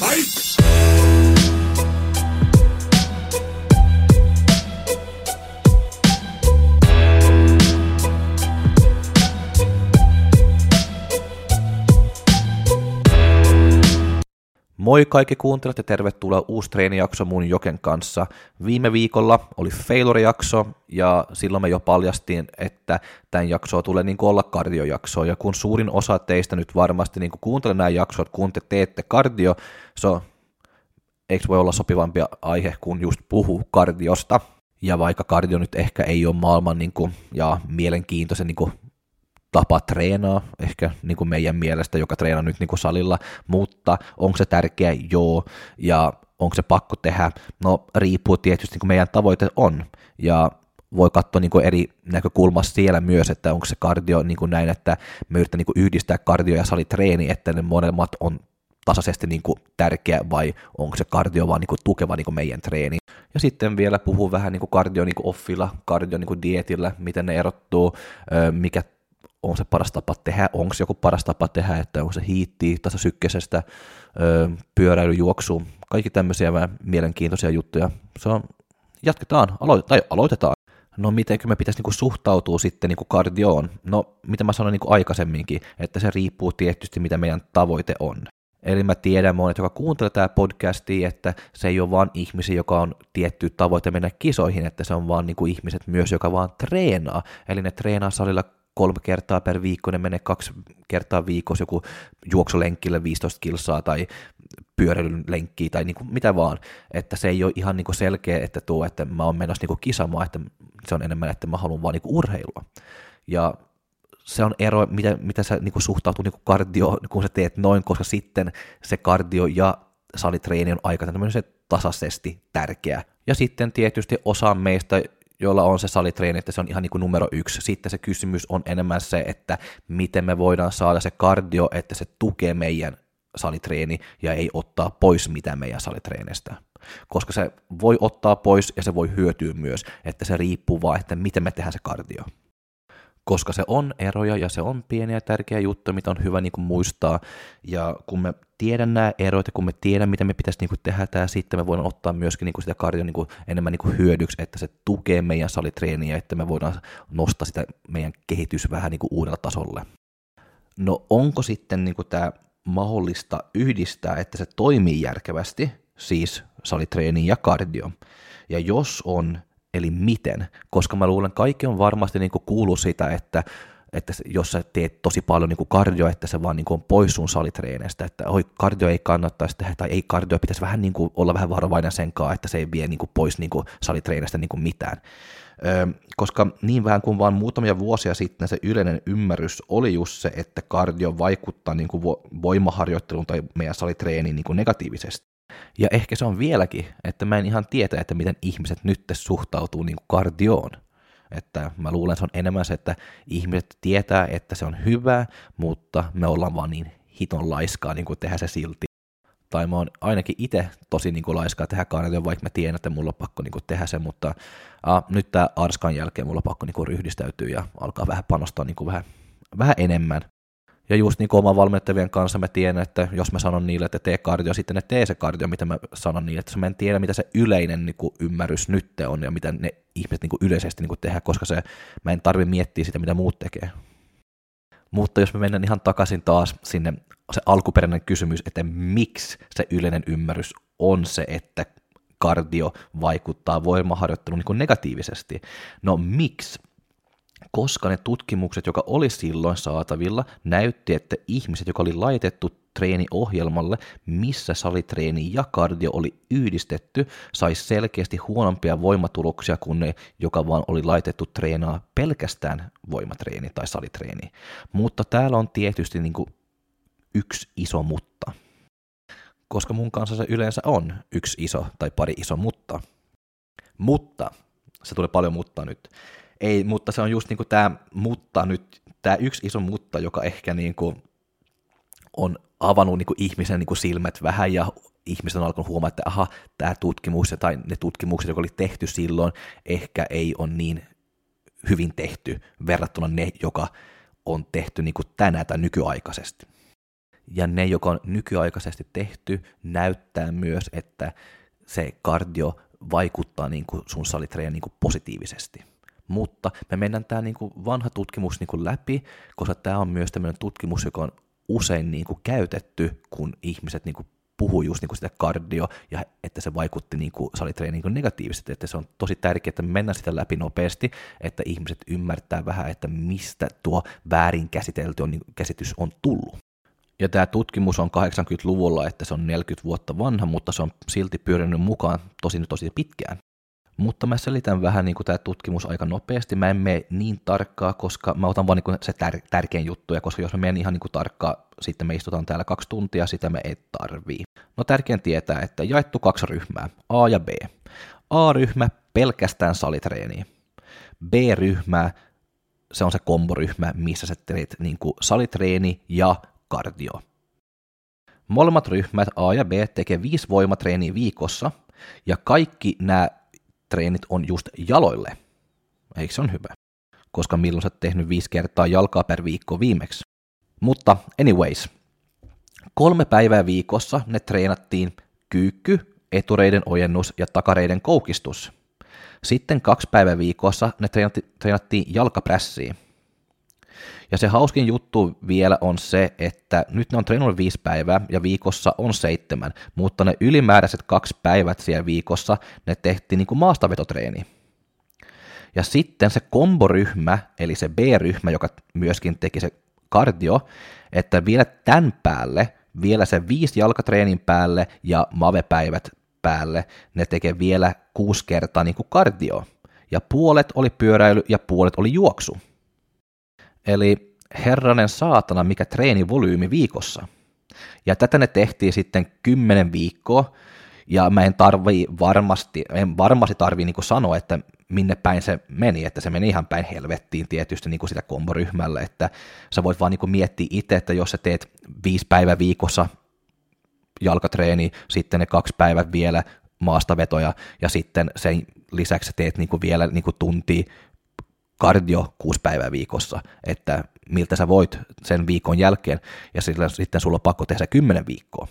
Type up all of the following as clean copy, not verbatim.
Moi kaikki kuuntelijat ja tervetuloa uusi treenijakso mun Joken kanssa. Viime viikolla oli failure-jakso ja silloin me jo paljastiin, että tämän jaksoa tulee niin kuin olla kardiojaksoa. Ja kun suurin osa teistä nyt varmasti niin kuin kuuntelee nämä jaksot, kun te teette kardio, eikö voi olla sopivampi aihe kuin just puhua kardiosta. Ja vaikka kardio nyt ehkä ei ole maailman niin kuin, ja mielenkiintoisen niin kuin tapa treenaa, ehkä niin kuin meidän mielestä, joka treenaa nyt niin kuin salilla, mutta onko se tärkeä? Joo, ja onko se pakko tehdä? No riippuu tietysti, niin kuin meidän tavoite on, ja voi katsoa niin kuin eri näkökulmasta siellä myös, että onko se kardio niin kuin näin, että me yritetään niin kuin yhdistää kardio ja salitreeni, että ne molemmat on tasaisesti niin kuin tärkeä, vai onko se kardio vaan niin kuin tukeva niin kuin meidän treeni. Ja sitten vielä puhuu vähän niin kuin kardio niin kuin offilla, kardio niin kuin dietillä, miten ne erottuu, mikä on se paras tapa tehdä, onko se joku paras tapa tehdä, että onko se hiittiä, tasasykkeisestä, pyöräilyjuoksu, kaikki tämmöisiä vähän mielenkiintoisia juttuja. Jatketaan, aloitetaan. No mitenkö me pitäisi niinku suhtautua sitten niinku kardioon? No mitä mä sanoin niinku aikaisemminkin, että se riippuu tietysti mitä meidän tavoite on. Eli mä tiedän monet, joka kuuntelee tätä podcastia, että se ei ole vaan ihmisiä, joka on tietty tavoite mennä kisoihin, että se on vaan niinku ihmiset myös, joka vaan treenaa. Eli ne treenaa salilla 3 kertaa per viikko, ne menee 2 kertaa viikossa joku juoksulenkille 15 kilsaa tai pyöräilylenkkiä tai niinku mitä vaan, että se ei ole ihan niinku selkeä, että mä oon menossa niinku kisamaan, että se on enemmän, että mä haluan vaan niinku urheilua. Ja se on ero, mitä sä niinku suhtautuu niinku kardioon, kun sä teet noin, koska sitten se kardio ja salitreeni on aika tämmöinen tasaisesti tärkeä. Ja sitten tietysti osa meistä, jolla on se salitreeni, että se on ihan niin kuin numero 1. Sitten se kysymys on enemmän se, että miten me voidaan saada se kardio, että se tukee meidän salitreeni ja ei ottaa pois mitään meidän salitreenistä. Koska se voi ottaa pois ja se voi hyötyä myös, että se riippuu vaan, että miten me tehdään se kardio. Koska se on eroja ja se on pieniä ja tärkeä juttu, mitä on hyvä niin kuin muistaa. Ja kun me tiedän nämä erot ja kun me tiedän, mitä me pitäisi niin kuin tehdä, sitten me voidaan ottaa myöskin niin kuin sitä kardio niin kuin enemmän niin kuin hyödyksi, että se tukee meidän salitreeniä, että me voidaan nostaa sitä meidän kehitys vähän niin kuin uudella tasolle. No onko sitten niin kuin tämä mahdollista yhdistää, että se toimii järkevästi, siis salitreeni ja kardio? Ja jos on, eli miten, koska mä luulen, kaikki on varmasti niin kuin kuullut sitä, että jos sä teet tosi paljon niin kuin kardio, että se vaan niin kuin on pois sun salitreenestä, että kardio ei kannattaisi tehdä, tai ei kardio pitäisi vähän niin kuin olla vähän varovainen sen kanssa, että se ei vie niin kuin pois niin kuin salitreenestä niin kuin mitään. Koska niin vähän kuin vaan muutamia vuosia sitten se yleinen ymmärrys oli just se, että kardio vaikuttaa niin kuin voimaharjoitteluun tai meidän salitreeniin niin kuin negatiivisesti. Ja ehkä se on vieläkin, että mä en ihan tiedä, että miten ihmiset nyt suhtautuu niin kuin kardioon. Että mä luulen, että se on enemmän se, että ihmiset tietää, että se on hyvä, mutta me ollaan vaan niin hiton laiskaa niin kuin tehdä se silti. Tai mä oon ainakin itse tosi niin kuin laiskaa tehdä kardioon, vaikka mä tiedän, että mulla on pakko niin kuin tehdä se, mutta nyt tää Arskan jälkeen mulla on pakko niin kuin ryhdistäytyä ja alkaa vähän panostaa niin kuin vähän enemmän. Ja just niin kuin oman valmennettavien kanssa mä tiedän, että jos mä sanon niille, että tee kardio, sitten ne tee se kardio, mitä mä sanon niille, että mä en tiedä, mitä se yleinen niin kuin ymmärrys nyt on ja mitä ne ihmiset niin kuin yleisesti niin kuin tehdään, koska mä en tarvitse miettiä sitä, mitä muut tekee. Mutta jos me mennään ihan takaisin taas sinne se alkuperäinen kysymys, että miksi se yleinen ymmärrys on se, että kardio vaikuttaa voimaharjoitteluun niin kuin negatiivisesti. No miksi? Koska ne tutkimukset, joka oli silloin saatavilla, näytti, että ihmiset, joka oli laitettu treeniohjelmalle, missä salitreeni ja kardio oli yhdistetty, sai selkeästi huonompia voimatuloksia kuin ne, joka vaan oli laitettu treenaa pelkästään voimatreeni tai salitreeni. Mutta täällä on tietysti niin kuin yksi iso mutta. Koska mun kanssa se yleensä on yksi iso tai pari iso mutta. Mutta, se tulee paljon mutta nyt. Ei, mutta se on just niinku tämä yksi iso mutta, joka ehkä niinku on avannut niinku ihmisen niinku silmät vähän ja ihmiset on alkanut huomaa, että aha, tämä tutkimus tai ne tutkimukset, jotka oli tehty silloin, ehkä ei ole niin hyvin tehty verrattuna ne, joka on tehty niinku tänään tai nykyaikaisesti. ja ne, joka on nykyaikaisesti tehty, näyttää myös, että se kardio vaikuttaa niin kuin sun salitreeniin niin kuin positiivisesti. Mutta me mennään tämä niin kuin vanha tutkimus niin kuin läpi, koska tämä on myös tämmöinen tutkimus, joka on usein niin kuin käytetty, kun ihmiset niin kuin puhuu just niin kuin sitä kardio, ja että se vaikutti niin kuin salitreeniin niin negatiivisesti, että se on tosi tärkeää, että me mennään sitä läpi nopeasti, että ihmiset ymmärtää vähän, että mistä tuo väärinkäsitelty käsitys on tullut. Ja tämä tutkimus on 80-luvulla, että se on 40 vuotta vanha, mutta se on silti pyörinyt mukaan tosi pitkään. Mutta mä selitän vähän niin kuin tämä tutkimus aika nopeasti. Mä en mene niin tarkkaa, koska mä otan vaan niin kuin se tärkein juttu, ja koska jos mä menen ihan niin kuin tarkkaa, sitten me istutaan täällä 2 tuntia, sitä me ei tarvii. No tärkein tietää, että jaettu 2 ryhmää, A ja B. A-ryhmä pelkästään salitreeniä. B-ryhmä, se on se komboryhmä, missä sä teet niin kuin salitreeni ja kardio. Molemmat ryhmät A ja B tekee 5 voimatreeniä viikossa, ja kaikki nämä treenit on just jaloille. Eikö se on hyvä? Koska milloin sä oot tehnyt 5 kertaa jalkaa per viikko viimeksi. Mutta anyways, 3 päivää viikossa ne treenattiin kyykky, etureiden ojennus ja takareiden koukistus. Sitten 2 päivää viikossa ne treenattiin jalkaprässiä. Ja se hauskin juttu vielä on se, että nyt ne on treenannut 5 päivää ja viikossa on 7, mutta ne ylimääräiset 2 päivät siellä viikossa ne tehtiin niin kuin maastavetotreeni. Ja sitten se komboryhmä, eli se B-ryhmä, joka myöskin teki se kardio, että vielä tämän päälle, vielä se 5 jalkatreenin päälle ja mavepäivät päälle, ne tekee vielä 6 kertaa niin kuin kardio. Ja puolet oli pyöräily ja puolet oli juoksu. Eli herranen saatana, mikä treenivolyymi viikossa. Ja tätä ne tehtiin sitten 10 viikkoa, ja mä en varmasti tarvii niin kuin sanoa, että minne päin se meni, että se meni ihan päin helvettiin tietysti niin kuin sitä komboryhmällä, että sä voit vaan niin kuin miettiä itse, että jos sä teet 5 päivää viikossa jalkatreeni, sitten ne 2 päivät vielä maastavetoja, ja sitten sen lisäksi teet niin kuin vielä niin kuin tuntia kardio 6 päivää viikossa, että miltä sä voit sen viikon jälkeen, ja sitten sulla on pakko tehdä se 10 viikkoa.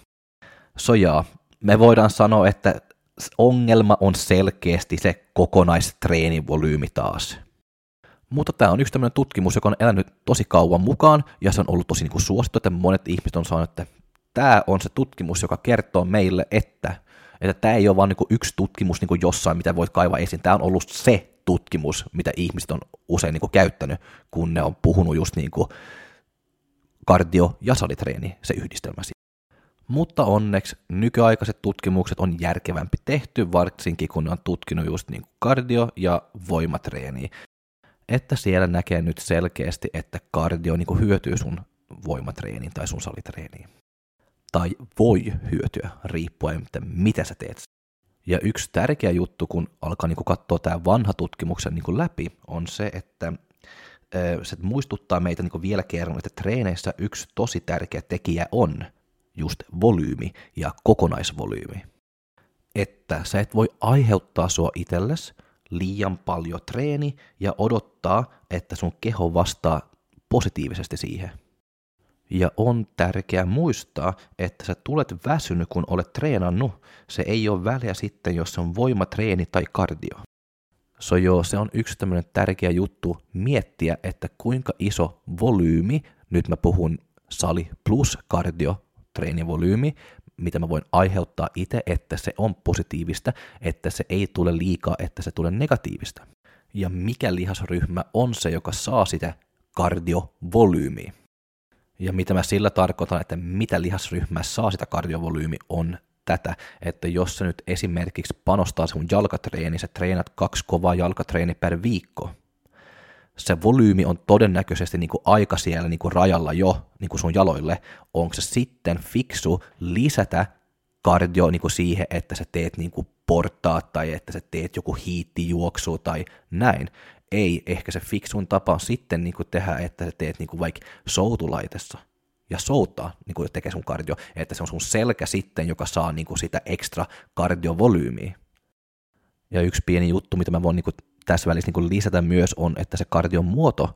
Me voidaan sanoa, että ongelma on selkeästi se kokonaistreenivolyymi taas. Mutta tämä on yksi tämmöinen tutkimus, joka on elänyt tosi kauan mukaan, ja se on ollut tosi niin suosittu, että monet ihmiset on sanonut, että tämä on se tutkimus, joka kertoo meille, että tämä ei ole vain niin yksi tutkimus niin jossain, mitä voit kaivaa esiin. Tämä on ollut se tutkimus, mitä ihmiset on usein niin käyttänyt, kun ne on puhunut just niin kardio- ja salitreeni, se yhdistelmä. Mutta onneksi nykyaikaiset tutkimukset on järkevämpi tehty, varsinkin kun ne on tutkinut just niin kardio- ja voimatreeniä. Että siellä näkee nyt selkeästi, että kardio niin hyötyy sun voimatreeniin tai sun salitreeniin. Tai voi hyötyä, riippuen, että mitä sä teet. Ja yksi tärkeä juttu, kun alkaa niin katsoa tämä vanha tutkimuksen niin läpi, on se, että se muistuttaa meitä niin vielä kerran, että treeneissä yksi tosi tärkeä tekijä on just volyymi ja kokonaisvolyymi. Että sä et voi aiheuttaa sua itsellesi liian paljon treeni ja odottaa, että sun keho vastaa positiivisesti siihen. Ja on tärkeää muistaa, että sä tulet väsynyt, kun olet treenannut. Se ei ole väliä sitten, jos se on voimatreeni tai kardio. Se on yksi tämmöinen tärkeä juttu miettiä, että kuinka iso volyymi, nyt mä puhun sali plus kardio, treenivolyymi, mitä mä voin aiheuttaa itse, että se on positiivista, että se ei tule liikaa, että se tulee negatiivista. Ja mikä lihasryhmä on se, joka saa sitä kardiovolyymiä. Ja mitä mä sillä tarkoitan, että mitä lihasryhmää saa sitä kardiovolyymi on tätä, että jos sä nyt esimerkiksi panostaa sun jalkatreeni, sä treenat 2 kovaa jalkatreeni per viikko, se volyymi on todennäköisesti niin kuin aika siellä niin kuin rajalla jo niin kuin sun jaloille, onko se sitten fiksu lisätä kardio niin kuin siihen, että sä teet niin kuin portaat tai että sä teet joku hiittijuoksu tai näin. Ei, ehkä se fiksuin tapa on sitten niin kuin tehdä, että sä teet niin kuin vaikka soutulaitessa ja soutaa niin kuin tekee sun kardio, että se on sun selkä sitten, joka saa niin kuin sitä ekstra kardiovolyymiä. Ja yksi pieni juttu, mitä mä voin niin kuin tässä välissä niin kuin lisätä myös on, että se kardion muoto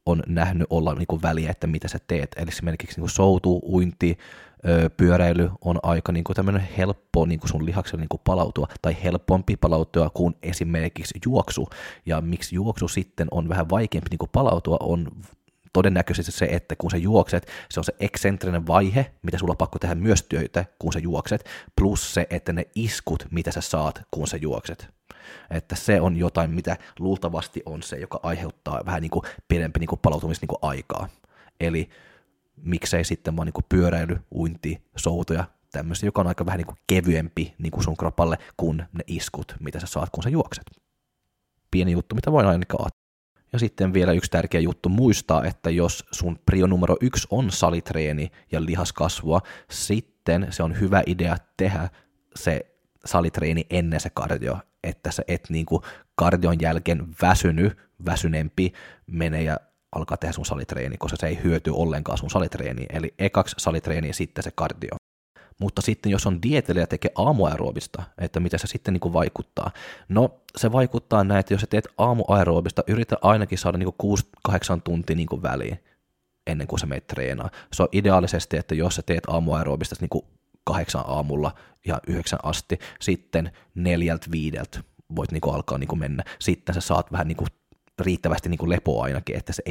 on nähnyt olla niin kuin väliä, että mitä sä teet. Eli esimerkiksi niin kuin soutu, uinti, pyöräily on aika niin kuin tämmöinen helppo niin kuin sun lihakselle niin kuin palautua, tai helpompi palautua kuin esimerkiksi juoksu. Ja miksi juoksu sitten on vähän vaikeampi niin kuin palautua, on todennäköisesti se, että kun sä juokset, se on se eksentrinen vaihe, mitä sulla on pakko tehdä myös työtä, kun sä juokset, plus se, että ne iskut, mitä sä saat, kun sä juokset. Että se on jotain, mitä luultavasti on se, joka aiheuttaa vähän niin kuin pidempi niin kuin palautumisaikaa. Eli miksei sitten vaan niin kuin pyöräily, uinti, soutu ja tämmöisiä, joka on aika vähän niin kuin kevyempi niin kuin sun kropalle kuin ne iskut, mitä sä saat, kun sä juokset. Pieni juttu, mitä voin aina kaataa. Ja sitten vielä yksi tärkeä juttu muistaa, että jos sun prio numero 1 on salitreeni ja lihaskasvua, sitten se on hyvä idea tehdä se salitreeni ennen se kardio, että sä et niinku kardion jälkeen väsyneempi mene ja alkaa tehdä sun salitreeni, koska se ei hyöty ollenkaan sun salitreeniin, eli ekaksi salitreeni ja sitten se kardio. Mutta sitten jos on dietillä ja tekee aamuaerobista, että mitä se sitten niin vaikuttaa? No se vaikuttaa näin, että jos sä teet aamuaerobista, yritä ainakin saada niin 6-8 tuntia niin väliin ennen kuin sä menet treenaa. Se on ideaalisesti, että jos sä teet aamuaerobista niin 8 aamulla ja 9 asti, sitten 4-5 voit niin alkaa niin mennä. Sitten sä saat vähän niin riittävästi niin lepoa ainakin, että se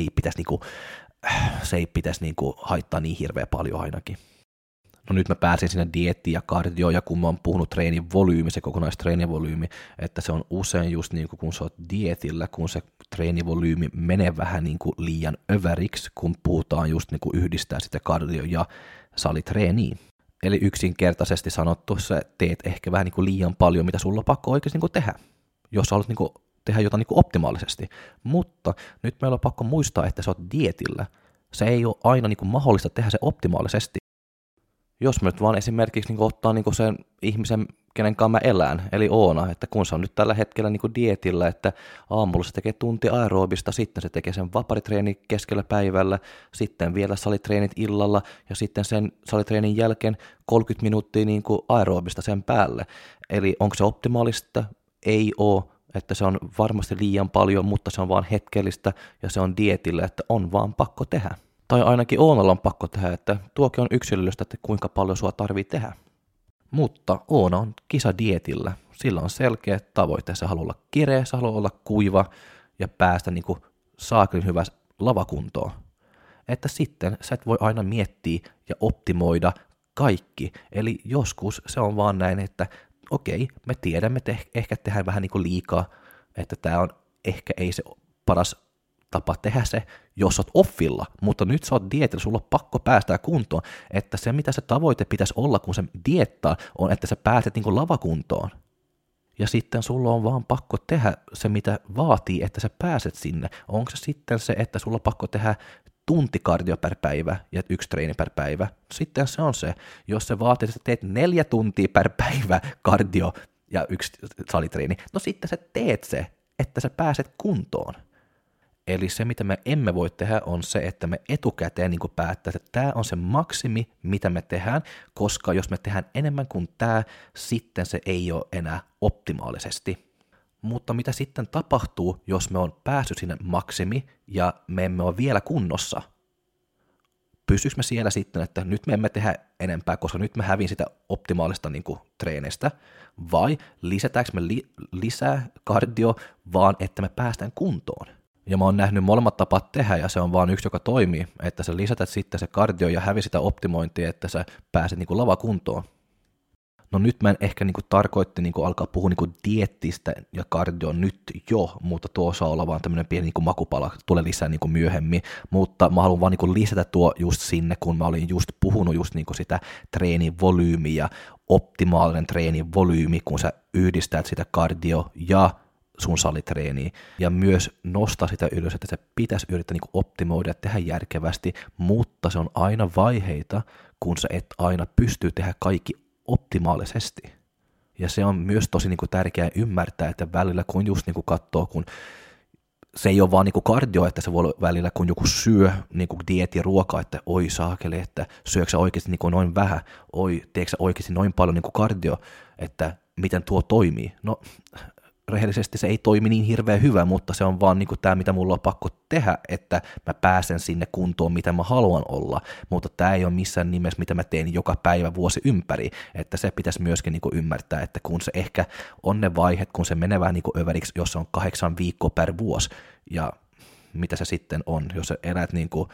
ei pitäisi niin haittaa niin hirveän paljon ainakin. No nyt mä pääsin sinne dieettiin ja kardioon, ja kun mä oon puhunut treenin volyymi, se kokonaistreenin volyymi, että se on usein just niin kuin kun sä oot dietillä, kun se treenivolyymi menee vähän niin kuin liian överiksi, kun puhutaan just niin kuin yhdistää sitä kardio- ja salitreeniin. Eli yksinkertaisesti sanottu, sä teet ehkä vähän niin kuin liian paljon, mitä sulla on pakko oikeasti niin kuin tehdä, jos sä haluat niin kuin tehdä jotain niin kuin optimaalisesti. Mutta nyt meillä on pakko muistaa, että sä oot dietillä. Se ei ole aina niin kuin mahdollista tehdä se optimaalisesti. Jos mä nyt vaan esimerkiksi niin ottaa niin sen ihmisen, kenen kanssa mä elän, eli Oona, että kun se on nyt tällä hetkellä niin dietillä, että aamulla se tekee tunti aerobista, sitten se tekee sen vaparitreeni keskellä päivällä, sitten vielä salitreenit illalla ja sitten sen salitreenin jälkeen 30 minuuttia niin aerobista sen päälle. Eli onko se optimaalista? Ei ole, että se on varmasti liian paljon, mutta se on vaan hetkellistä ja se on dietillä, että on vaan pakko tehdä. Tai ainakin Oonalla on pakko tehdä, että tuokin on yksilöllistä, että kuinka paljon sua tarvii tehdä. Mutta Oona on kisadietillä. Sillä on selkeä tavoite. Se haluaa olla kireä, se haluaa olla kuiva ja päästä niin kuin saakelin hyvä lavakuntoon. Että sitten sä et voi aina miettiä ja optimoida kaikki. Eli joskus se on vaan näin, että okei, me tiedämme, että ehkä tehdään vähän niin kuin liikaa, että tämä on ehkä ei se paras tapa tehdä se, jos oot offilla, mutta nyt sä oot dietillä, sulla on pakko päästä kuntoon, että se mitä se tavoite pitäisi olla, kun se diettaa, on, että sä pääset niin kuin lavakuntoon. Ja sitten sulla on vaan pakko tehdä se, mitä vaatii, että sä pääset sinne. Onko se sitten se, että sulla on pakko tehdä tunti kardio per päivä ja 1 treeni per päivä? Sitten se on se, jos se vaatii, että teet 4 tuntia per päivä kardio ja 1 salitreeni, no sitten sä teet se, että sä pääset kuntoon. Eli se, mitä me emme voi tehdä, on se, että me etukäteen niin päättää, että tämä on se maksimi, mitä me tehdään, koska jos me tehdään enemmän kuin tämä, sitten se ei ole enää optimaalisesti. Mutta mitä sitten tapahtuu, jos me on päässyt sinne maksimi ja me emme ole vielä kunnossa? Pysyykö me siellä sitten, että nyt me emme tehdä enempää, koska nyt me hävin sitä optimaalista niin kuin treenistä, vai lisätäänkö me lisää kardio, vaan että me päästään kuntoon? Ja mä oon nähnyt molemmat tapat tehdä, ja se on vaan yksi, joka toimii, että sä lisätät sitten se kardio ja hävi sitä optimointia, että sä pääset niin kuin lavakuntoon. No nyt mä en ehkä niin kuin tarkoitti niin kuin alkaa puhua niin kuin dieettistä ja kardio nyt jo, mutta tuo saa olla vaan tämmöinen pieni niin kuin makupala, tulee lisää niin kuin myöhemmin, mutta mä haluan vaan niin kuin lisätä tuo just sinne, kun mä olin just puhunut just niin kuin sitä treenivolyymiä ja optimaalinen treenivolyymi, kun sä yhdistät sitä kardio ja sun salitreeniä, ja myös nostaa sitä ylös, että se pitäisi yrittää niin kuin optimoida ja tehdä järkevästi, mutta se on aina vaiheita, kun sä et aina pysty tehdä kaikki optimaalisesti. Ja se on myös tosi niin kuin tärkeää ymmärtää, että välillä kun just niin kuin katsoo, kun se ei ole vaan niin kuin kardio, että se voi olla välillä, kun joku syö niin kuin dieettiruokaa, että oi saakeli, että syöksä sä oikeasti niin kuin noin vähän, oi teekö sä oikeasti noin paljon niin kuin kardio, että miten tuo toimii. No rehellisesti se ei toimi niin hirveän hyvä, mutta se on vaan tämä, mitä mulla on pakko tehdä, että mä pääsen sinne kuntoon, mitä mä haluan olla, mutta tämä ei ole missään nimessä, mitä mä teen joka päivä vuosi ympäri, että se pitäisi myöskin ymmärtää, että kun se ehkä on ne vaiheet, kun se menee vähän överiksi, jos se on 8 viikkoa per vuosi, ja mitä se sitten on, jos sä elät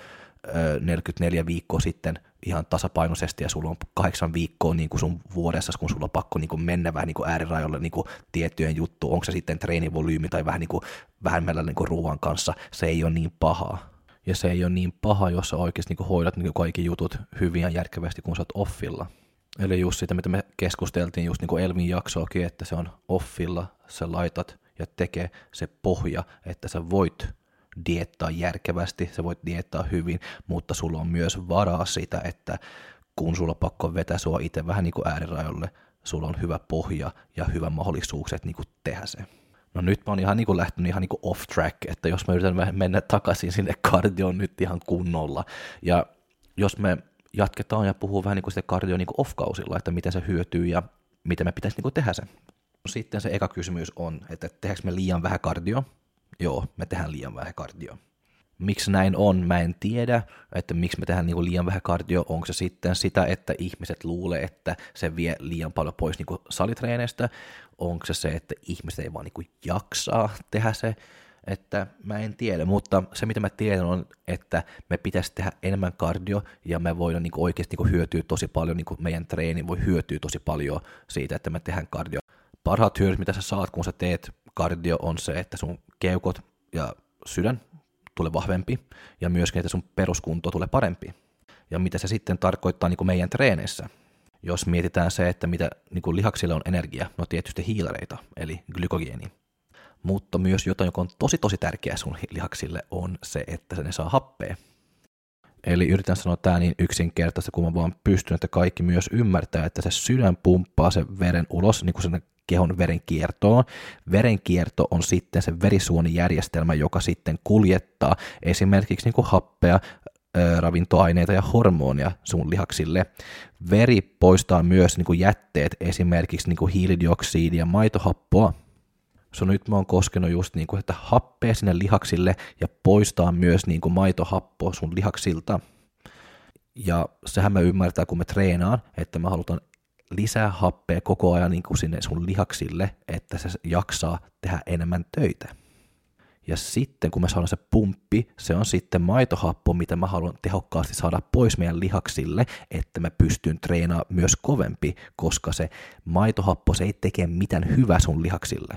44 viikkoa sitten ihan tasapainoisesti ja sulla on 8 viikkoa sun vuodessa, kun sulla on pakko mennä vähän äärirajoille tiettyjen juttuun, onko se sitten treenivolyymi tai vähän vähemmällä ruoan kanssa, se ei ole niin pahaa. Ja se ei ole niin paha, jos sä oikeasti hoidat kaikki jutut hyvin ja järkevästi, kun sä oot offilla. Eli just sitä, mitä me keskusteltiin just Elvin jaksoakin, että se on offilla, sä laitat ja tekee se pohja, että sä voit diettaa järkevästi, sä voit diettaa hyvin, mutta sulla on myös varaa sitä, että kun sulla on pakko vetää sua itse vähän äärirajoille, sulla on hyvä pohja ja hyvä mahdollisuukset tehdä se. No nyt mä oon ihan lähtenyt ihan off track, että jos mä yritän mennä takaisin sinne kardioon nyt ihan kunnolla, ja jos me jatketaan ja puhuu vähän sitä kardio off-kausilla, että miten se hyötyy ja miten me pitäisi tehdä se. Sitten se eka kysymys on, että tehdäänkö me liian vähän kardio? Joo, me tehdään liian vähän kardio. Miksi näin on? Mä en tiedä, että miksi me tehdään liian vähän kardio. Onko se sitten sitä, että ihmiset luulee, että se vie liian paljon pois salitreeneistä? Onko se, että ihmiset ei vaan jaksaa tehdä se? Että mä en tiedä, mutta se mitä mä tiedän on, että me pitäisi tehdä enemmän kardio ja me voidaan oikeasti hyötyä tosi paljon, meidän treeni voi hyötyä tosi paljon siitä, että me tehdään kardio. Parhaat hyödyt, mitä sä saat, kun sä teet kardio, on se, että sun keukot ja sydän tulee vahvempi ja myöskin, että sun peruskunto tulee parempi. Ja mitä se sitten tarkoittaa meidän treeneissä? Jos mietitään se, että mitä lihaksille on energia, no tietysti hiilareita, eli glykogeeni. Mutta myös jotain, joka on tosi tärkeää sun lihaksille, on se, että ne saa happea. Eli yritän sanoa tää niin yksinkertaisesti, kun mä vaan pystyn, että kaikki myös ymmärtää, että se sydän pumppaa sen veren ulos, sen kehon verenkiertoon. Verenkierto on sitten se verisuonijärjestelmä, joka sitten kuljettaa esimerkiksi happea, ravintoaineita ja hormonia sun lihaksille. Veri poistaa myös jätteet, esimerkiksi hiilidioksidia ja maitohappoa. So nyt mä oon koskenut just että happea sinne lihaksille ja poistaa myös maitohappoa sun lihaksilta. Ja sehän me ymmärtää, kun me treenaan, että me halutaan lisää happea koko ajan sinne sun lihaksille, että se jaksaa tehdä enemmän töitä. Ja sitten kun me saadaan se pumppi, se on sitten maitohappo, mitä mä haluan tehokkaasti saada pois meidän lihaksille, että mä pystyn treenaamaan myös kovempi, koska se maitohappo se ei tee mitään hyvää sun lihaksille.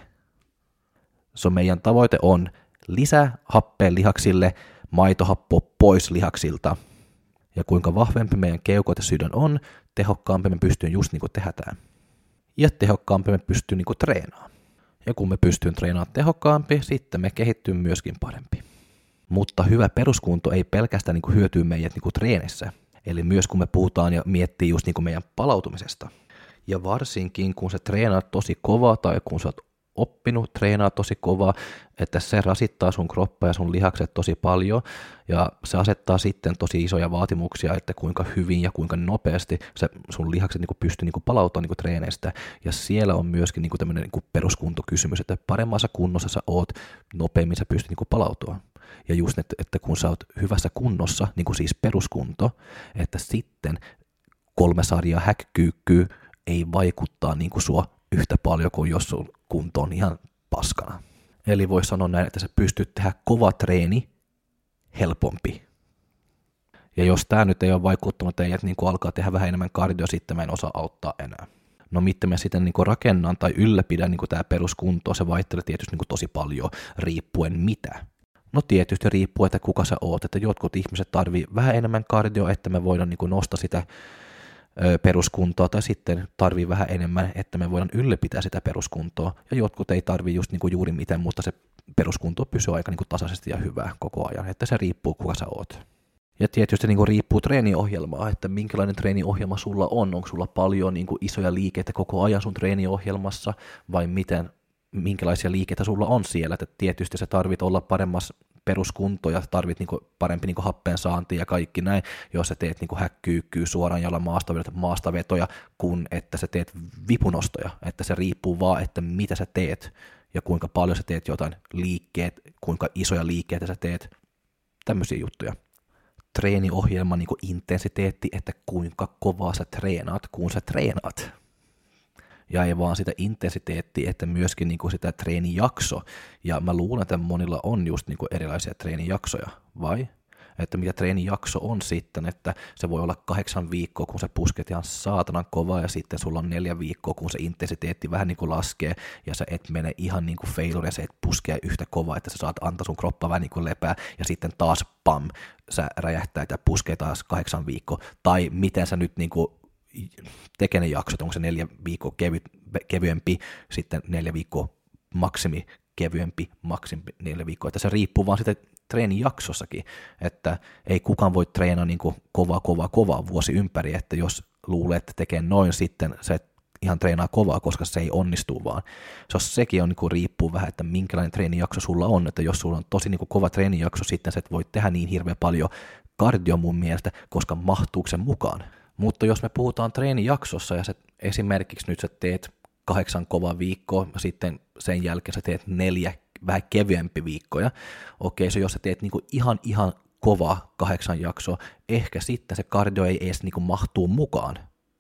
So meidän tavoite on lisää happea lihaksille, maitohappo pois lihaksilta. Ja kuinka vahvempi meidän keukot ja sydän on, tehokkaampi me pystyy just tehdä tämä. Ja tehokkaampi me pystyy treenaamaan. Ja kun me pystyy treenaamaan tehokkaampi, sitten me kehittyy myöskin parempi. Mutta hyvä peruskunto ei pelkästään hyötyy meidät treenissä. Eli myös kun me puhutaan ja miettii just meidän palautumisesta. Ja varsinkin kun sä treenaat tosi kovaa tai kun sä oot oppinut treenaa tosi kovaa, että se rasittaa sun kroppaa ja sun lihakset tosi paljon ja se asettaa sitten tosi isoja vaatimuksia, että kuinka hyvin ja kuinka nopeasti se sun lihakset pystyy palautumaan treeneistä ja siellä on myöskin tämmöinen peruskuntokysymys, että paremmassa kunnossa sä oot, nopeammin sä pystyt palautua. Ja just, että kun sä oot hyvässä kunnossa, siis peruskunto, että sitten 3 sarjaa häkkyykkyy ei vaikuttaa sua yhtä paljon kuin jos sun kunto on ihan paskana. Eli voi sanoa näin, että sä pystyt tehdä kova treeni helpompi. Ja jos tää nyt ei ole vaikuttanut teidät alkaa tehdä vähän enemmän kardio, sitten mä en osaa auttaa enää. No miten me sitten rakennan tai ylläpidän tää peruskunto, se vaihtelee tietysti tosi paljon riippuen mitä. No tietysti riippuu, että kuka sä oot, että jotkut ihmiset tarvii vähän enemmän kardio, että me voidaan nostaa sitä peruskuntoa tai sitten tarvii vähän enemmän, että me voidaan ylläpitää sitä peruskuntoa ja jotkut ei tarvii just juuri mitään, mutta se peruskunto pysyy aika tasaisesti ja hyvää koko ajan, että se riippuu kuka sä oot. Ja tietysti riippuu treeniohjelmaa, että minkälainen treeniohjelma sulla on, onko sulla paljon isoja liikkeitä koko ajan sun treeniohjelmassa vai minkälaisia liikkeitä sulla on siellä, että tietysti sä tarvit olla paremmassa peruskunto ja tarvit parempi happeen saanti ja kaikki näin, jos sä teet häkkyykkyä suoraan jalan maastavetoja, kun että sä teet vipunostoja, että se riippuu vaan, että mitä sä teet ja kuinka paljon sä teet jotain liikkeet, kuinka isoja liikkeitä sä teet, tämmöisiä juttuja. Treeniohjelman niin kuin intensiteetti, että kuinka kovaa sä treenaat, kun sä treenaat. Ja ei vaan sitä intensiteettiä, että myöskin niin kuin sitä treenijakso. Ja mä luulen, että monilla on just niin kuin erilaisia treenijaksoja, vai? Että mikä treenijakso on sitten, että se voi olla 8 viikkoa, kun sä pusket ihan saatanan kovaa, ja sitten sulla on 4 viikkoa, kun se intensiteetti vähän niin kuin laskee, ja sä et mene ihan niin kuin failure, ja sä et puskea yhtä kovaa, että sä saat antaa sun kroppaa vähän niin kuin lepää, ja sitten taas pam, sä räjähtää ja puskee taas 8 viikkoa, tai miten sä nyt niin kuin tekee ne jaksot, onko se 4 viikkoa kevyempi, sitten 4 viikkoa maksimi kevyempi, maksimi 4 viikkoa, että se riippuu vaan siitä treenijaksossakin, että ei kukaan voi treenaa niin kuin kovaa vuosi ympäri, että jos luulee, että tekee noin, sitten se ihan treenaa kovaa, koska se ei onnistu vaan. Sekin on, niin kuin, riippuu vähän, että minkälainen treenijakso sulla on, että jos sulla on tosi niin kuin kova treenijakso, sitten sä et voi tehdä niin hirveän paljon kardio mun mielestä, koska mahtuuko se mukaan. Mutta jos me puhutaan treenijaksossa ja sä esimerkiksi nyt sä teet 8 kovaa viikkoa, sitten sen jälkeen sä teet 4 vähän kevyempi viikkoja. Okei, jos sä teet niinku ihan kova 8 jaksoa, ehkä sitten se kardio ei edes niinku mahtuu mukaan.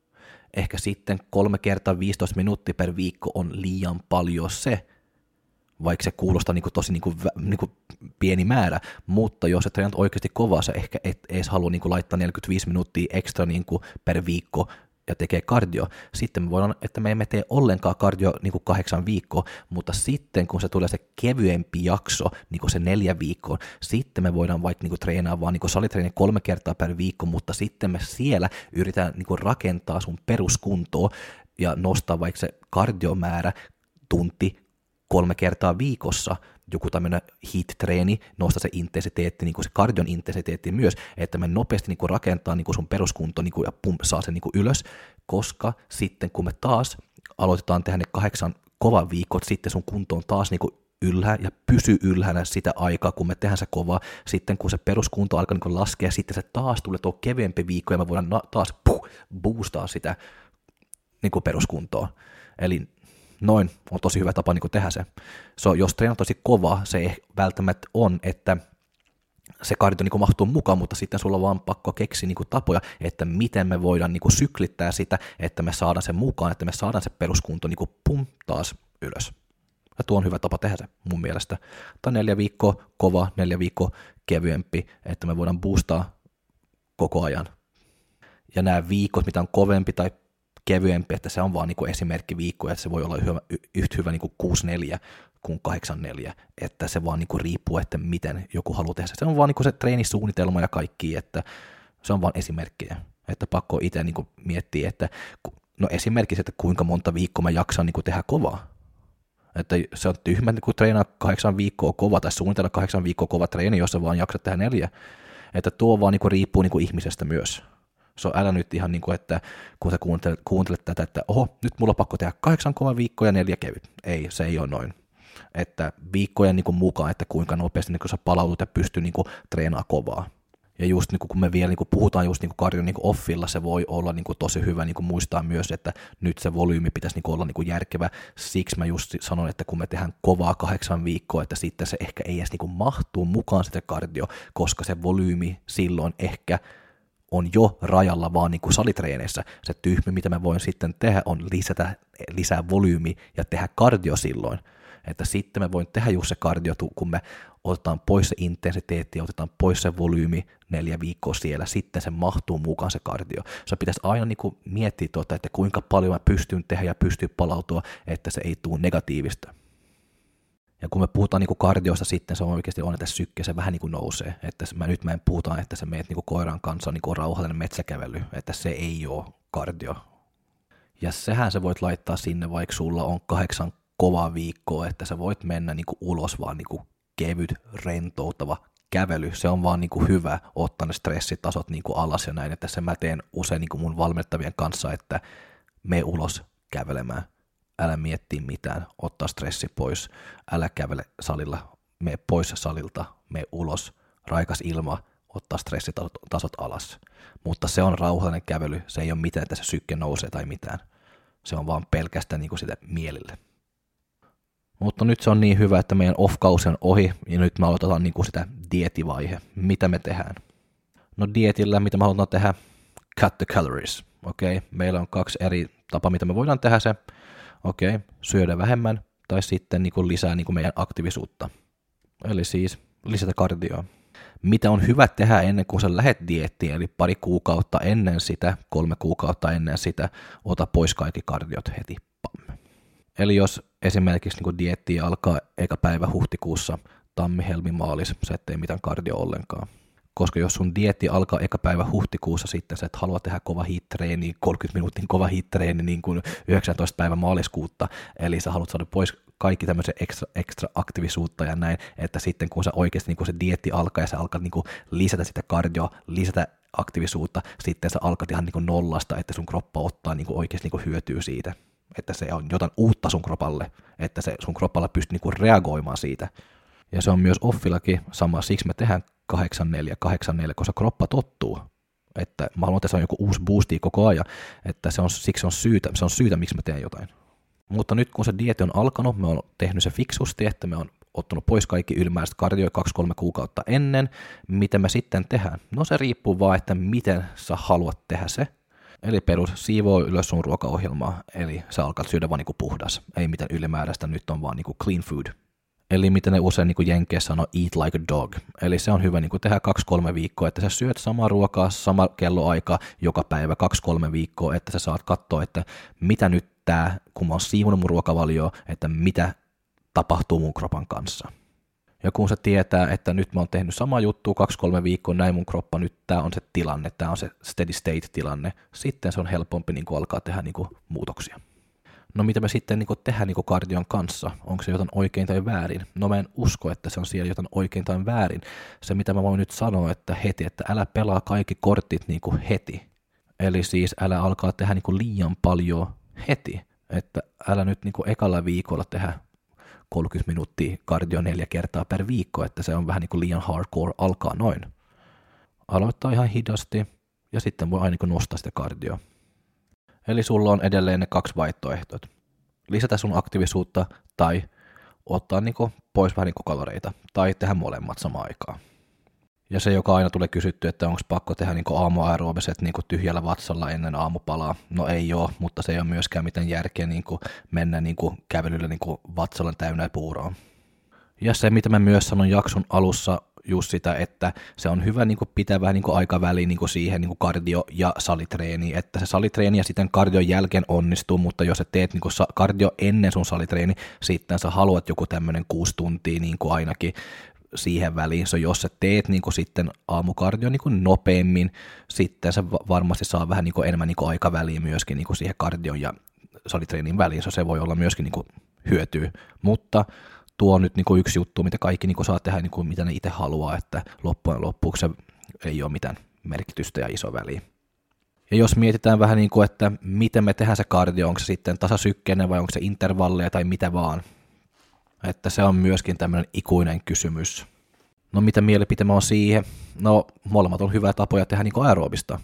Ehkä sitten 3 kertaa 15 minuuttia per viikko on liian paljon se, vaikka se kuulostaa niinku tosi niinku pieni määrä, mutta jos sä treenat oikeasti kovaa, sä ehkä et edes halua niinku laittaa 45 minuuttia ekstra niinku per viikko ja tekee kardio. Sitten me voidaan, että me emme tee ollenkaan kardio niin kuin 8 viikkoa, mutta sitten kun se tulee se kevyempi jakso, niin kuin se 4 viikkoa, sitten me voidaan vaikka niin kuin treenaa vaan niin salitreeni 3 kertaa per viikko, mutta sitten me siellä yritetään niin kuin rakentaa sun peruskuntoa ja nostaa vaikka se kardiomäärä tunti 3 kertaa viikossa, joku tämmöinen HIIT-treeni, nostaa se intensiteetti, niin kuin se kardion intensiteetti myös, että me nopeasti niin kuin rakentaa niin kuin sun peruskunto niin kuin, ja saa sen niin kuin ylös, koska sitten kun me taas aloitetaan tehdä ne 8 kovan viikot, sitten sun kunto on taas niin kuin ylhää ja pysyy ylhäällä sitä aikaa, kun me tehdään se kovaa, sitten kun se peruskunto alkaa niin kuin laskea, sitten se taas tulee tuo kevyempi viikko ja me voidaan taas boostaa sitä niin kuin peruskuntoa. Eli noin on tosi hyvä tapa niin kuin tehdä se. Jos treenat tosi kova, se ei välttämättä on, että se kardio niin kuin mahtuu mukaan, mutta sitten sulla on vaan pakko keksiä niin kuin tapoja, että miten me voidaan niin kuin syklittää sitä, että me saadaan sen mukaan, että me saadaan se peruskunto niin kuin taas ylös. Ja tuo on hyvä tapa tehdä se mun mielestä. Tai 4 viikkoa kova, 4 viikkoa kevyempi, että me voidaan boostaa koko ajan. Ja nämä viikot, mitä on kovempi tai kevyempi, että se on vaan niin kuin esimerkki viikko, että se voi olla yhtä hyvä niin kuin 6-4 kuin 8-4, että se vaan niin kuin riippuu, että miten joku haluaa tehdä. Se on vaan niin kuin se treenisuunnitelma ja kaikki, että se on vaan esimerkkejä, että pakko itse niin kuin miettiä, että no esimerkiksi, että kuinka monta viikkoa mä jaksan niin kuin tehdä kovaa. Että se on tyhmä, kun treenaa 8 viikkoa kova tai suunnitella 8 viikkoa kova treeni, jos sä vaan jaksat tehdä 4. Että tuo vaan niin kuin riippuu niin kuin ihmisestä myös. Se on älä nyt ihan niin kuin, että kun sä kuuntelet tätä, että oho, nyt mulla on pakko tehdä 8 kova viikkoa ja 4 kevyt. Ei, se ei ole noin. Että viikkojen niin kuin mukaan, että kuinka nopeasti niin kuin sä palautut ja pystyy niin kuin treenaamaan kovaa. Ja just niin kuin, kun me vielä niin kuin puhutaan just niin kuin kardion niin kuin offilla, se voi olla niin kuin tosi hyvä niin kuin muistaa myös, että nyt se volyymi pitäisi niin kuin olla niin kuin järkevä. Siksi mä just sanon, että kun me tehdään kovaa 8 viikkoa, että sitten se ehkä ei edes niin kuin mahtuu mukaan sitä kardio, koska se volyymi silloin ehkä on jo rajalla vaan niin kuin salitreeneissä. Se tyhmä, mitä mä voin sitten tehdä, on lisätä lisää volyymi ja tehdä kardio silloin. Että sitten me voin tehdä just se kardio, kun me otetaan pois se intensiteetti ja otetaan pois se volyymi 4 viikkoa siellä, sitten se mahtuu mukaan se kardio. Se pitäisi aina niin kuin miettiä että kuinka paljon mä pystyn tehdä ja pystyy palautua, että se ei tule negatiivista. Ja kun me puhutaan niin kuin kardiosta sitten, se on oikeasti että sykke, se vähän niin kuin nousee. Että nyt mä en puhuta, että sä meet niin kuin koiran kanssa niin kuin rauhallinen metsäkävely, että se ei ole kardio. Ja sehän sä voit laittaa sinne, vaikka sulla on 8 kovaa viikkoa, että sä voit mennä niin kuin ulos vaan niin kuin kevyt, rentouttava kävely. Se on vaan niin kuin hyvä ottaa ne stressitasot niin kuin alas ja näin, että sen mä teen usein niin kuin mun valmennettavien kanssa, että mene ulos kävelemään. Älä miettiä mitään, ottaa stressi pois, älä kävele salilla, mene pois salilta, mene ulos, raikas ilma, ottaa stressitasot alas. Mutta se on rauhallinen kävely, se ei ole mitään, että se sykke nousee tai mitään. Se on vaan pelkästään niin kuin sitä mielille. Mutta nyt se on niin hyvä, että meidän off-kausi on ohi, ja nyt me aloitetaan niin kuin sitä dieetivaihe. Mitä me tehdään? No dietillä, mitä me halutaan tehdä? Cut the calories. Okei, meillä on 2 eri tapaa, mitä me voidaan tehdä se. Okei, syödä vähemmän, tai sitten niin kuin lisää niin kuin meidän aktiivisuutta. Eli siis lisätä kardioa. Mitä on hyvä tehdä ennen kuin sä lähet diettiin, eli 2 kuukautta ennen sitä, 3 kuukautta ennen sitä, ota pois kaikki kardiot heti. Pam. Eli jos esimerkiksi niin dieetti alkaa eka päivä huhtikuussa, tammi, helmi, maalis, sä et tee mitään kardio ollenkaan. Koska jos sun dieetti alkaa eka päivä huhtikuussa, sitten sä et halua tehdä kova HIIT-treeni, 30 minuutin kova HIIT-treeni niin kuin 19 päivä maaliskuuta, eli sä haluat saada pois kaikki tämmöisen ekstra aktiivisuutta ja näin, että sitten kun sä oikeasti niin kun se dieetti alkaa ja sä alkaa niin kuin lisätä sitä kardioa, lisätä aktiivisuutta, sitten sä alkat ihan niin kuin nollasta, että sun kroppa ottaa niin kuin oikeasti niin kuin hyötyä siitä, että se on jotain uutta sun kropalle, että se sun kropalla pystyy niin kuin reagoimaan siitä. Ja se on myös offillakin sama, siksi me tehdään 8-4, koska kroppa tottuu. Että mä haluan, että se on joku uusi boosti koko ajan, että siksi se on syytä, miksi mä teen jotain. Mutta nyt kun se dieti on alkanut, me on tehnyt se fiksusti, että me on ottanut pois kaikki ylimääräiset kardioja 2-3 kuukautta ennen. Mitä me sitten tehdään? No se riippuu vaan, että miten sä haluat tehdä se. Eli perus siivoo ylös sun ruokaohjelmaa, eli sä alkat syödä vaan niinku puhdas, ei mitään ylimääräistä, nyt on vaan niinku clean food. Eli miten ne usein niin Jenkeissä sanoo eat like a dog. Eli se on hyvä niin tehdä 2-3 viikkoa, että sä syöt samaa ruokaa, sama kelloaika joka päivä 2-3 viikkoa, että sä saat katsoa, että mitä nyt tää, kun mä oon siivonut mun ruokavalioa, että mitä tapahtuu mun kropan kanssa. Ja kun se tietää, että nyt mä oon tehnyt sama juttu 2-3 viikkoa, näin mun kroppa, nyt tää on se tilanne, tää on se steady state tilanne, sitten se on helpompi niin alkaa tehdä niin muutoksia. No mitä me sitten niin tehdään niin kardion kanssa? Onko se jotain oikein tai väärin? No mä en usko, että se on siellä jotain oikein tai väärin. Se mitä mä voin nyt sanoa, että heti, että älä pelaa kaikki kortit niin heti. Eli siis älä alkaa tehdä niin liian paljon heti. Että älä nyt niin ekalla viikolla tehdä 30 minuuttia kardio 4 kertaa per viikko, että se on vähän niin liian hardcore alkaa noin. Aloittaa ihan hidasti ja sitten voi aina nostaa sitä kardioa. Eli sulla on edelleen ne 2 vaihtoehtoa. Lisätä sun aktiivisuutta tai ottaa pois vähän kaloreita tai tehdä molemmat samaan aikaan. Ja se, joka aina tulee kysytty, että onko pakko tehdä aamuaerobiset tyhjällä vatsalla ennen aamupalaa. No ei ole, mutta se ei ole myöskään mitään järkeä mennä kävelyllä vatsalla täynnä puuroa. Ja se, mitä mä myös sanon jakson alussa, just sitä, että se on hyvä pitää vähän aikaväliin siihen kardio- ja salitreeni, että se salitreeni ja sitten kardion jälkeen onnistuu, mutta jos sä teet kardio ennen sun salitreeni, sitten sä haluat joku tämmöinen 6 tuntia ainakin siihen väliin, so jos sä teet sitten aamukardio nopeammin, sitten se varmasti saa vähän enemmän aikaväliin myöskin siihen kardion ja salitreenin väliin, so se voi olla myöskin hyötyä, mutta tuo on nyt yksi juttu, mitä kaikki saa tehdä, mitä ne itse haluaa, että loppujen lopuksi se ei ole mitään merkitystä ja iso väliä. Ja jos mietitään vähän että miten me tehdään se kardio, onko se sitten tasasykkeinen vai onko se intervalleja tai mitä vaan, että se on myöskin tämmöinen ikuinen kysymys. No mitä mielipiteemme on siihen? No molemmat on hyvää tapoja tehdä aerobista.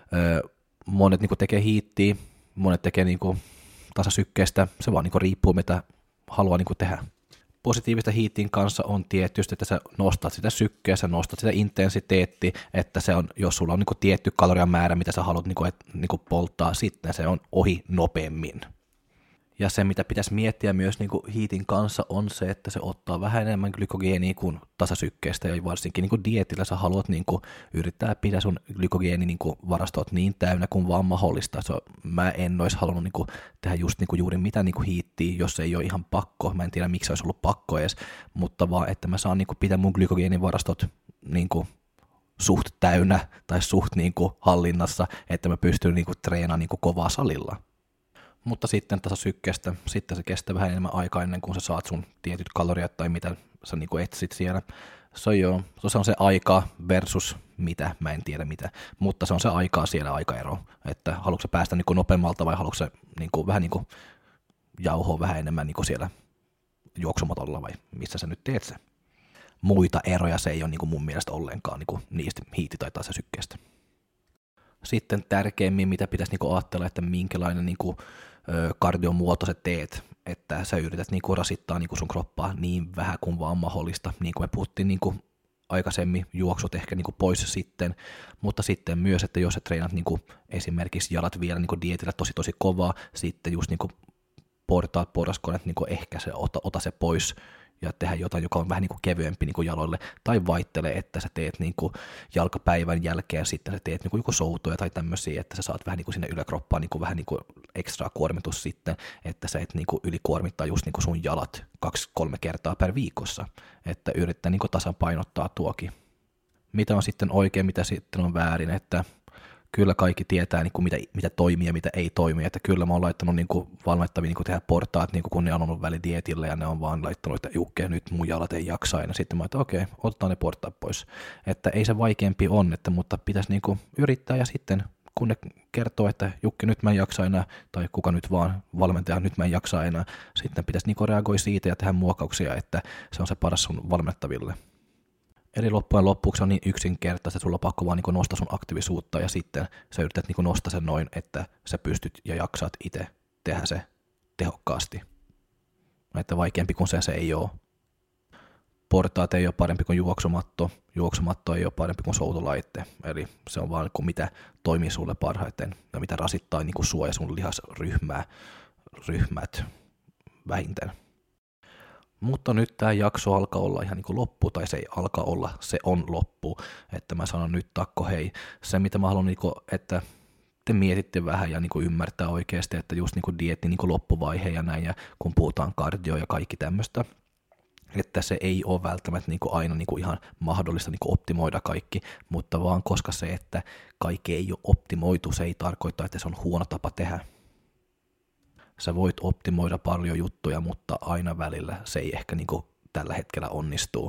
Monet tekee hiittiä, monet tekee tasasykkeestä, se vaan riippuu mitä haluaa tehdä. Positiivista hiitin kanssa on tietysti, että sä nostat sitä sykkeä, sä nostat sitä intensiteettiä, että se on, jos sulla on tietty kalorian määrä, mitä sä haluat polttaa, sitten se on ohi nopeammin. Ja se, mitä pitäisi miettiä myös hiitin kanssa, on se, että se ottaa vähän enemmän glykogeenia kuin tasasykkeestä, ja varsinkin dietillä sä haluat yrittää pitää sun glykogeenivarastot niin täynnä kuin vaan mahdollista. Mä en olisi halunnut tehdä just juuri mitään hiittiä, jos ei ole ihan pakko. Mä en tiedä, miksi olisi ollut pakko edes, mutta vaan, että mä saan pitää mun glykogeenivarastot suht täynnä tai suht hallinnassa, että mä pystyn treenaamaan kovaa salilla. Mutta sitten tasasykkeestä, sitten se kestää vähän enemmän aikaa ennen kuin sä saat sun tietyt kaloriat tai mitä sä etsit siellä. Se on se aika versus mitä, mä en tiedä mitä, mutta se on se aikaa siellä aikaero, että haluatko sä päästä nopeammalta vai haluatko sä vähän jauhoa vähän enemmän siellä juoksumatolla vai missä sä nyt teet se. Muita eroja se ei ole mun mielestä ollenkaan niistä hiiti- tai tasasykkeestä. Sitten tärkeimmin, mitä pitäisi ajatella, että minkälainen kardion muoto sä teet, että sä yrität niinku rasittaa niinku sun kroppaa niin vähän kuin vaan mahdollista, niin kuin me puhuttiin niinku aikaisemmin, juoksut ehkä niinku pois sitten, mutta sitten myös, että jos sä treenat niinku esimerkiksi jalat vielä niinku dietillä tosi kovaa, sitten just niinku portaat, porraskoneet, niinku ehkä se ota se pois ja tehdä jotain, joka on vähän niinku kevyempi niinku jaloille, tai vaihtele, että sä teet niinku jalkapäivän jälkeen, sitten sä teet niinku joku soutuja tai tämmöisiä, että sä saat vähän niinku sinne yläkroppaan niinku vähän niinku ekstra kuormitus sitten, että sä et niinku ylikuormittaa just niinku sun jalat 2-3 kertaa per viikossa, että yrittää niinku tasapainottaa tuokin. Mitä on sitten oikein, mitä sitten on väärin, että kyllä kaikki tietää, niin kuin mitä toimii ja mitä ei toimi, että kyllä mä oon laittanut niin kuin valmettavia niin kuin tehdä portaat, niin kuin kun ne on ollut välidietillä ja ne on vaan laittanut, että Jukke, nyt mun jalat ei jaksa aina. Sitten mä että okei, otetaan ne portaat pois. Että ei se vaikeampi on, että, mutta pitäisi niin kuin yrittää ja sitten kun ne kertoo, että Jukki, nyt mä en jaksa enää, tai kuka nyt vaan valmentaja, nyt mä en jaksa enää, sitten pitäisi niin kuin reagoi siitä ja tehdä muokkauksia, että se on se paras sun valmennettaville. Eli loppujen lopuksi on niin yksinkertaista, että sulla on pakko vaan niin nostaa sun aktiivisuutta ja sitten sä yrität niin nostaa sen noin, että sä pystyt ja jaksat itse tehdä se tehokkaasti. Että vaikeampi kuin se ei ole. Portaat ei ole parempi kuin juoksumatto, juoksumatto ei ole parempi kuin soutulaitte. Eli se on vaan kuin mitä toimii sulle parhaiten ja mitä rasittaa niin kuin sua ja sun lihasryhmät vähintään. Mutta nyt tämä jakso alkaa olla ihan niin kuin loppu, tai se ei alkaa olla, se on loppu, että mä sanon nyt takko hei. Se mitä mä haluan, niin kuin, että te mietitte vähän ja niin kuin ymmärtää oikeasti, että just niin kuin dieetin niin kuin loppuvaihe ja näin, ja kun puhutaan kardio ja kaikki tämmöistä, että se ei ole välttämättä niin kuin aina niin kuin ihan mahdollista niin kuin optimoida kaikki, mutta vaan koska se, että kaikki ei ole optimoitu, se ei tarkoita, että se on huono tapa tehdä. Sä voit optimoida paljon juttuja, mutta aina välillä se ei ehkä niin kuin tällä hetkellä onnistuu.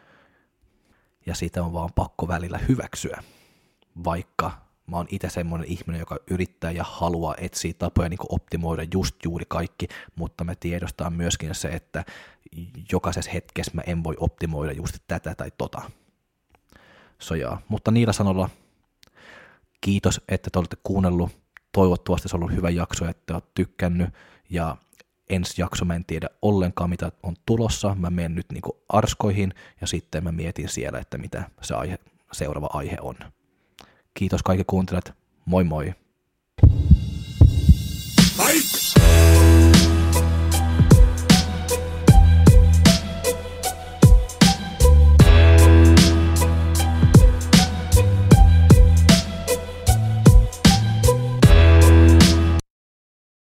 Ja sitä on vaan pakko välillä hyväksyä, vaikka mä oon itse semmoinen ihminen, joka yrittää ja haluaa etsiä tapoja niin kuin optimoida just juuri kaikki, mutta mä tiedostan myöskin se, että jokaisessa hetkessä mä en voi optimoida just tätä tai tota. Mutta niillä sanoilla kiitos, että te olette kuunnellut. Toivottavasti se on ollut hyvä jakso, että olet tykkännyt, ja ensi jakso mä en tiedä ollenkaan, mitä on tulossa. Mä menen nyt niinku arskoihin, ja sitten mä mietin siellä, että mitä se seuraava aihe on. Kiitos kaikki kuuntelijat, moi moi!